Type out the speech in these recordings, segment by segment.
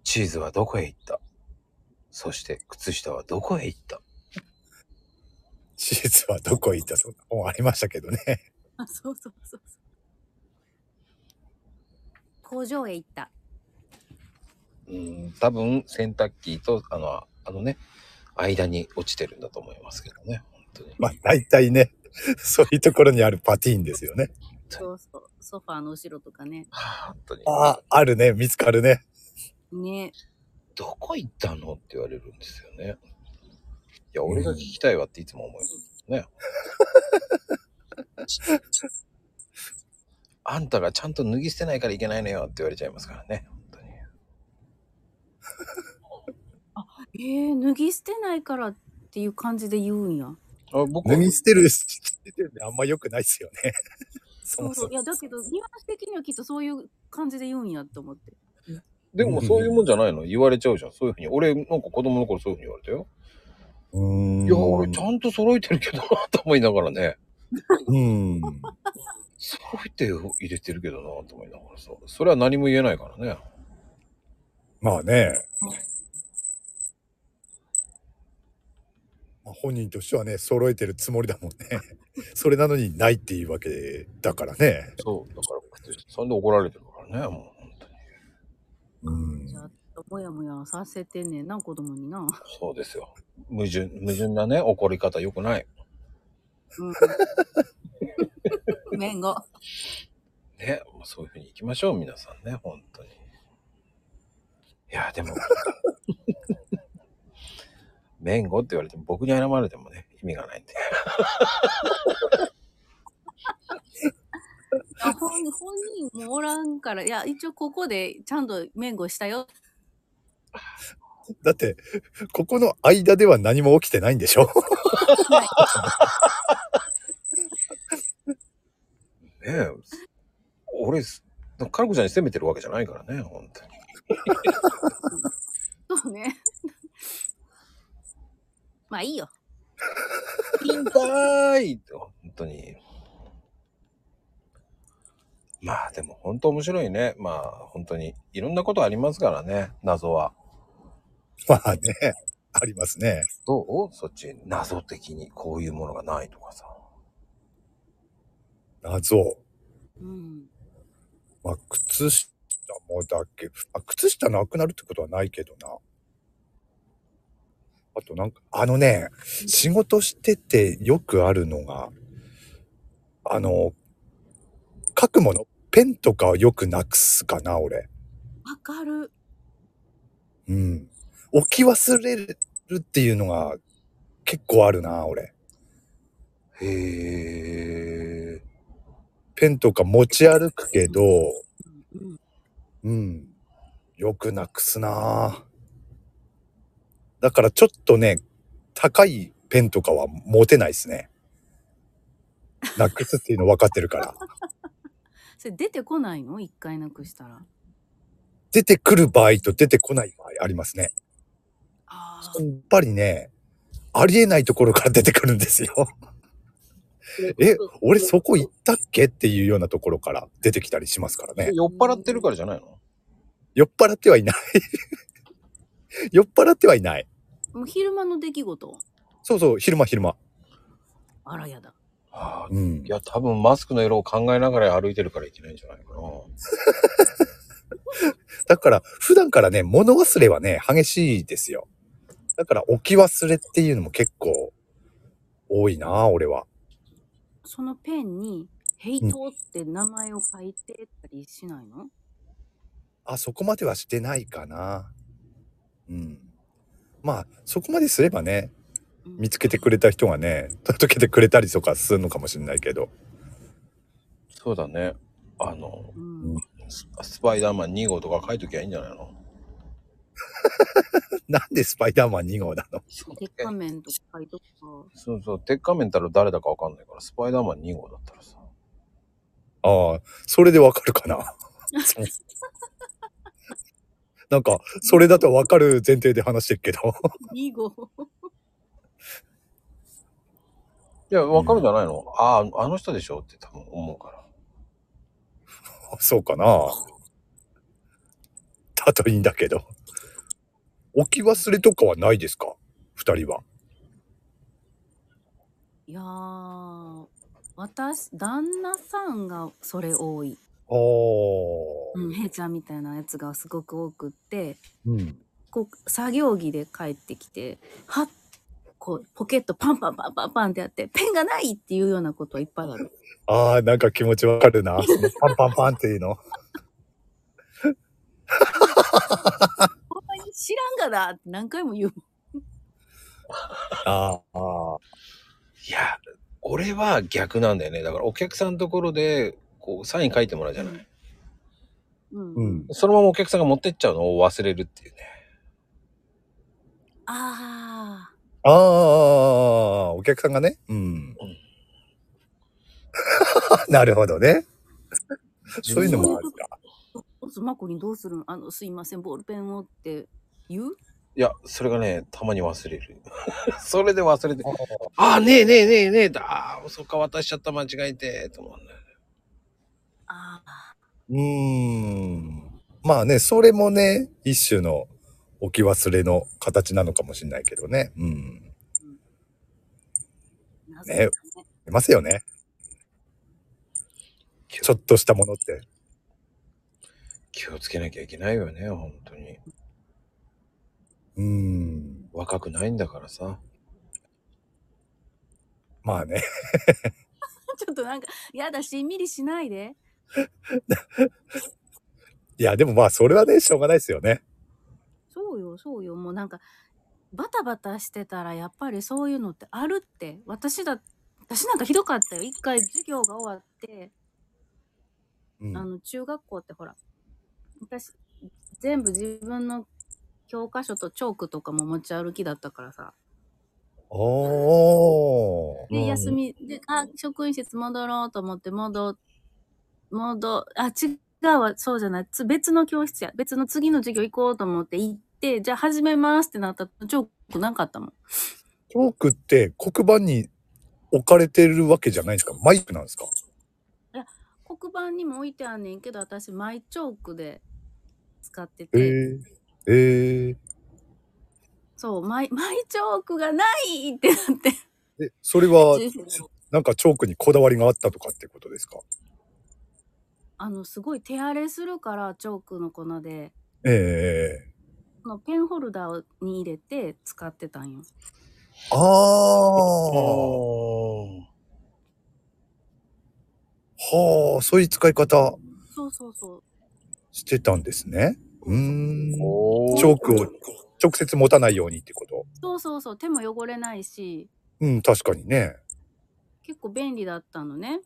チーズはどこへ行った？そして靴下はどこへ行った？ チーズはどこへ行った？そんな本ありましたけどね。 あ、そうそうそうそう。工場へ行った。 多分洗濯機とあのね、間に落ちてるんだと思いますけどね、本当に。 まあ大体ね、そういうところにあるパティーンですよね。 そうそう。ソファーの後ろとかね。 本当に。 ああ、あるね、見つかるね。 ね。 どこ行ったのって言われるんですよね。いや、俺が聞きたいわっていつも思いますね。あんたがちゃんと脱ぎ捨てないからいけないのよって言われちゃいますからね、本当に。 あ、脱ぎ捨てないからっていう感じで言うんや。 僕は脱ぎ捨てる時点であんま良くないっすよね。 そうそう。いや、だけど、ニュアンス的にはきっとそういう感じで言うんやと思って。 でもそういうもんじゃないの？言われちゃうじゃん。そういうふうに。俺、なんか子供の頃そういうふうに言われたよ。いや、俺ちゃんと揃えてるけどなと思いながらね。揃えて入れてるけどなと思いながらさ。それは何も言えないからね。 まあね。本人としてはね、揃えてるつもりだもんね。それなのにないっていうわけだからね。 そう、だから靴下さんで怒られてるからね、もう本当に。 じゃあ、もやもやさせてんねんな、子供にな。 そうですよ。矛盾なね、怒り方良くない。 めんご。 ね、そういうふうに行きましょう、皆さんね、本当に。いや、でも、めんごって言われても、僕に謝られてもね、意味がないんで。 本人もおらんから、いや、一応ここでちゃんとめんごしたよ。 だって、ここの間では何も起きてないんでしょ？ ねえ、俺、カルコちゃんに責めてるわけじゃないからね、本当に。 そうね。まあいいよ。 いいんかーいって本当に。まあでも本当面白いね。まあ本当にいろんなことありますからね、謎は。 まあね、ありますね。 どう？そっち、謎的にこういうものがないとかさ。 謎。 うん。 まあ、靴下もだけ、靴下なくなるってことはないけどな。あとなんか、仕事しててよくあるのが、書くもの、ペンとかをよくなくすかな、俺。 わかる。 うん。置き忘れるっていうのが結構あるな、俺。 へえ。 ペンとか持ち歩くけど、よくなくすな。だからちょっとね、高いペンとかは持てないですね。なくすっていうの分かってるから。 それ出てこないの？一回なくしたら。 出てくる場合と出てこない場合ありますね。やっぱりね、ありえないところから出てくるんですよ。俺そこ行ったっけっていうようなところから出てきたりしますからね。 酔っ払ってるからじゃないの？ 酔っ払ってはいない。酔っ払ってはいない。 もう昼間の出来事。 そうそう、昼間。 あらやだ。 いや、多分マスクの色を考えながら歩いてるからいけないんじゃないかな。 だから、普段からね、物忘れはね、激しいですよ。だから、置き忘れっていうのも結構多いな、俺は。 そのペンに、ヘイトって名前を書いてたりしないの？ そこまではしてないかな。まあ、そこまですればね、見つけてくれた人がね、届けてくれたりとかするのかもしれないけど。 そうだね。スパイダーマン2号とか書いときゃいいんじゃないの？ なんでスパイダーマン2号なの？ 鉄仮面とか書いとくか。 そう、鉄仮面たら誰だかわかんないから、スパイダーマン2号だったらさ。 それでわかるかな。なんか、それだとわかる前提で話してるけど。 2号。 いや、わかるんじゃないの？あの人でしょって多分思うから。 そうかな。 だといいんだけど。置き忘れとかはないですか？二人は。 いやー、旦那さんがそれ多い。へイちゃんみたいなやつがすごく多くって、こう作業着で帰ってきて、はっ、こうポケットパンパンパンパンパンってやって、ペンがないっていうようなことはいっぱいある。 なんか気持ちわかるな。そのパンパンパンっていうの。 ほんまに知らんがなって何回も言う。 いや、俺は逆なんだよね。だからお客さんのところで、こう、サイン書いてもらうじゃない。そのままお客さんが持ってっちゃうのを忘れるっていうね。 お客さんがね。なるほどね。そういうのもあるか。 マコにどうするの？すいません、ボールペンをって言う？ いや、それがね、たまに忘れる。それで忘れて、ねえねえねえねえ、そっか、渡しちゃった、間違えて、と思うんだよね。まあね、それもね、一種の置き忘れの形なのかもしれないけどね。ね、いますよね。ちょっとしたものって。 気をつけなきゃいけないよね、本当に。若くないんだからさ。 まあね。 ちょっとなんか、やだ、しんみりしないで。 いや、でもまあ、それはね、しょうがないですよね。 そうよ、そうよ。もうなんか、バタバタしてたら、やっぱりそういうのってあるって。私なんかひどかったよ。一回授業が終わって、中学校ってほら、私、全部自分の教科書とチョークとかも持ち歩きだったからさ。で、休み、で、職員室戻ろうと思って違うわ、そうじゃない。別の教室や。別の次の授業行こうと思って行って、じゃあ始めますってなったら、チョークなかったもん。 チョークって黒板に置かれてるわけじゃないんですか？マイクなんですか？ いや、黒板にも置いてあんねんけど、私、マイチョークで使ってて。そう、マイチョークがないってなって。 それは、なんかチョークにこだわりがあったとかってことですか？ すごい手荒れするから、チョークの粉で。ペンホルダーに入れて使ってたんよ。 そういう使い方。 そう。 してたんですね。チョークを直接持たないようにってこと？ そう。手も汚れないし。 確かにね。 結構便利だったのね。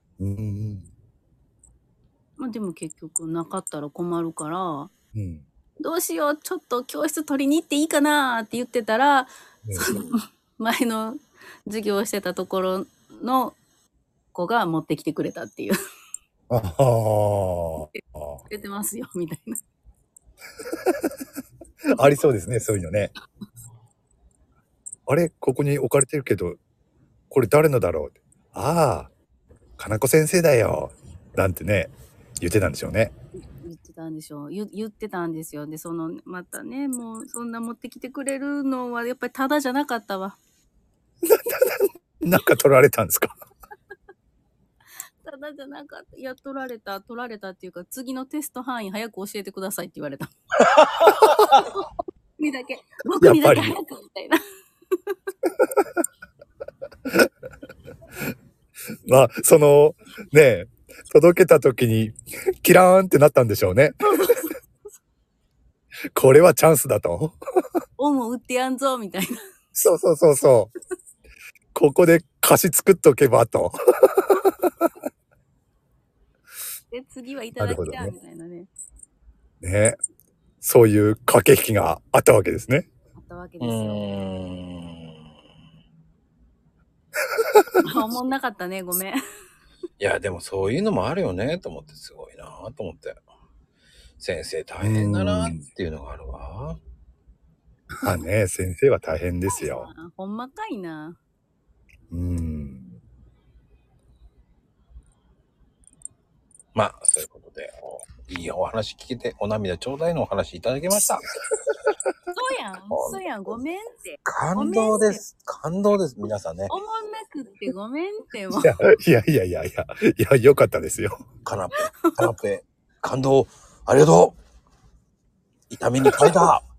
まあでも結局なかったら困るから、どうしよう、ちょっと教室取りに行っていいかなって言ってたら、その前の授業してたところの子が持ってきてくれたっていう。出てますよ、みたいな。 ありそうですね、そういうのね。あれここに置かれてるけど、これ誰のだろう？かなこ先生だよ。なんてね、言ってたんでしょうね。 言ってたんですよ。で、またね、もう、そんな持ってきてくれるのは、やっぱりただじゃなかったわ。 なんか取られたんですか？ ただじゃなかった。いや、取られたっていうか、次のテスト範囲早く教えてくださいって言われた。僕にだけ早くみたいな。 まあ、ね、届けた時に、キラーンってなったんでしょうね。これはチャンスだと。 もう売ってやんぞ、みたいな。 そう。ここで歌詞作っとけばと。 で、次はいただきだ、みたいなね。 ね。そういう駆け引きがあったわけですね。 あったわけですよ。おもんなかったね、ごめん。 いや、でもそういうのもあるよね、と思って、すごいなと思って。先生大変だなっていうのがあるわ。 まあね、先生は大変ですよ。 ほんまかいな。 まあ、そういうことで、 いいお話聞けて、お涙ちょうだいのお話いただきました。 そうやん、ごめんって。 感動です。感動です、皆さんね。 おもんなくってごめんってもう。 いや、よかったですよ。 カナペ、感動、ありがとう。痛みに変えた。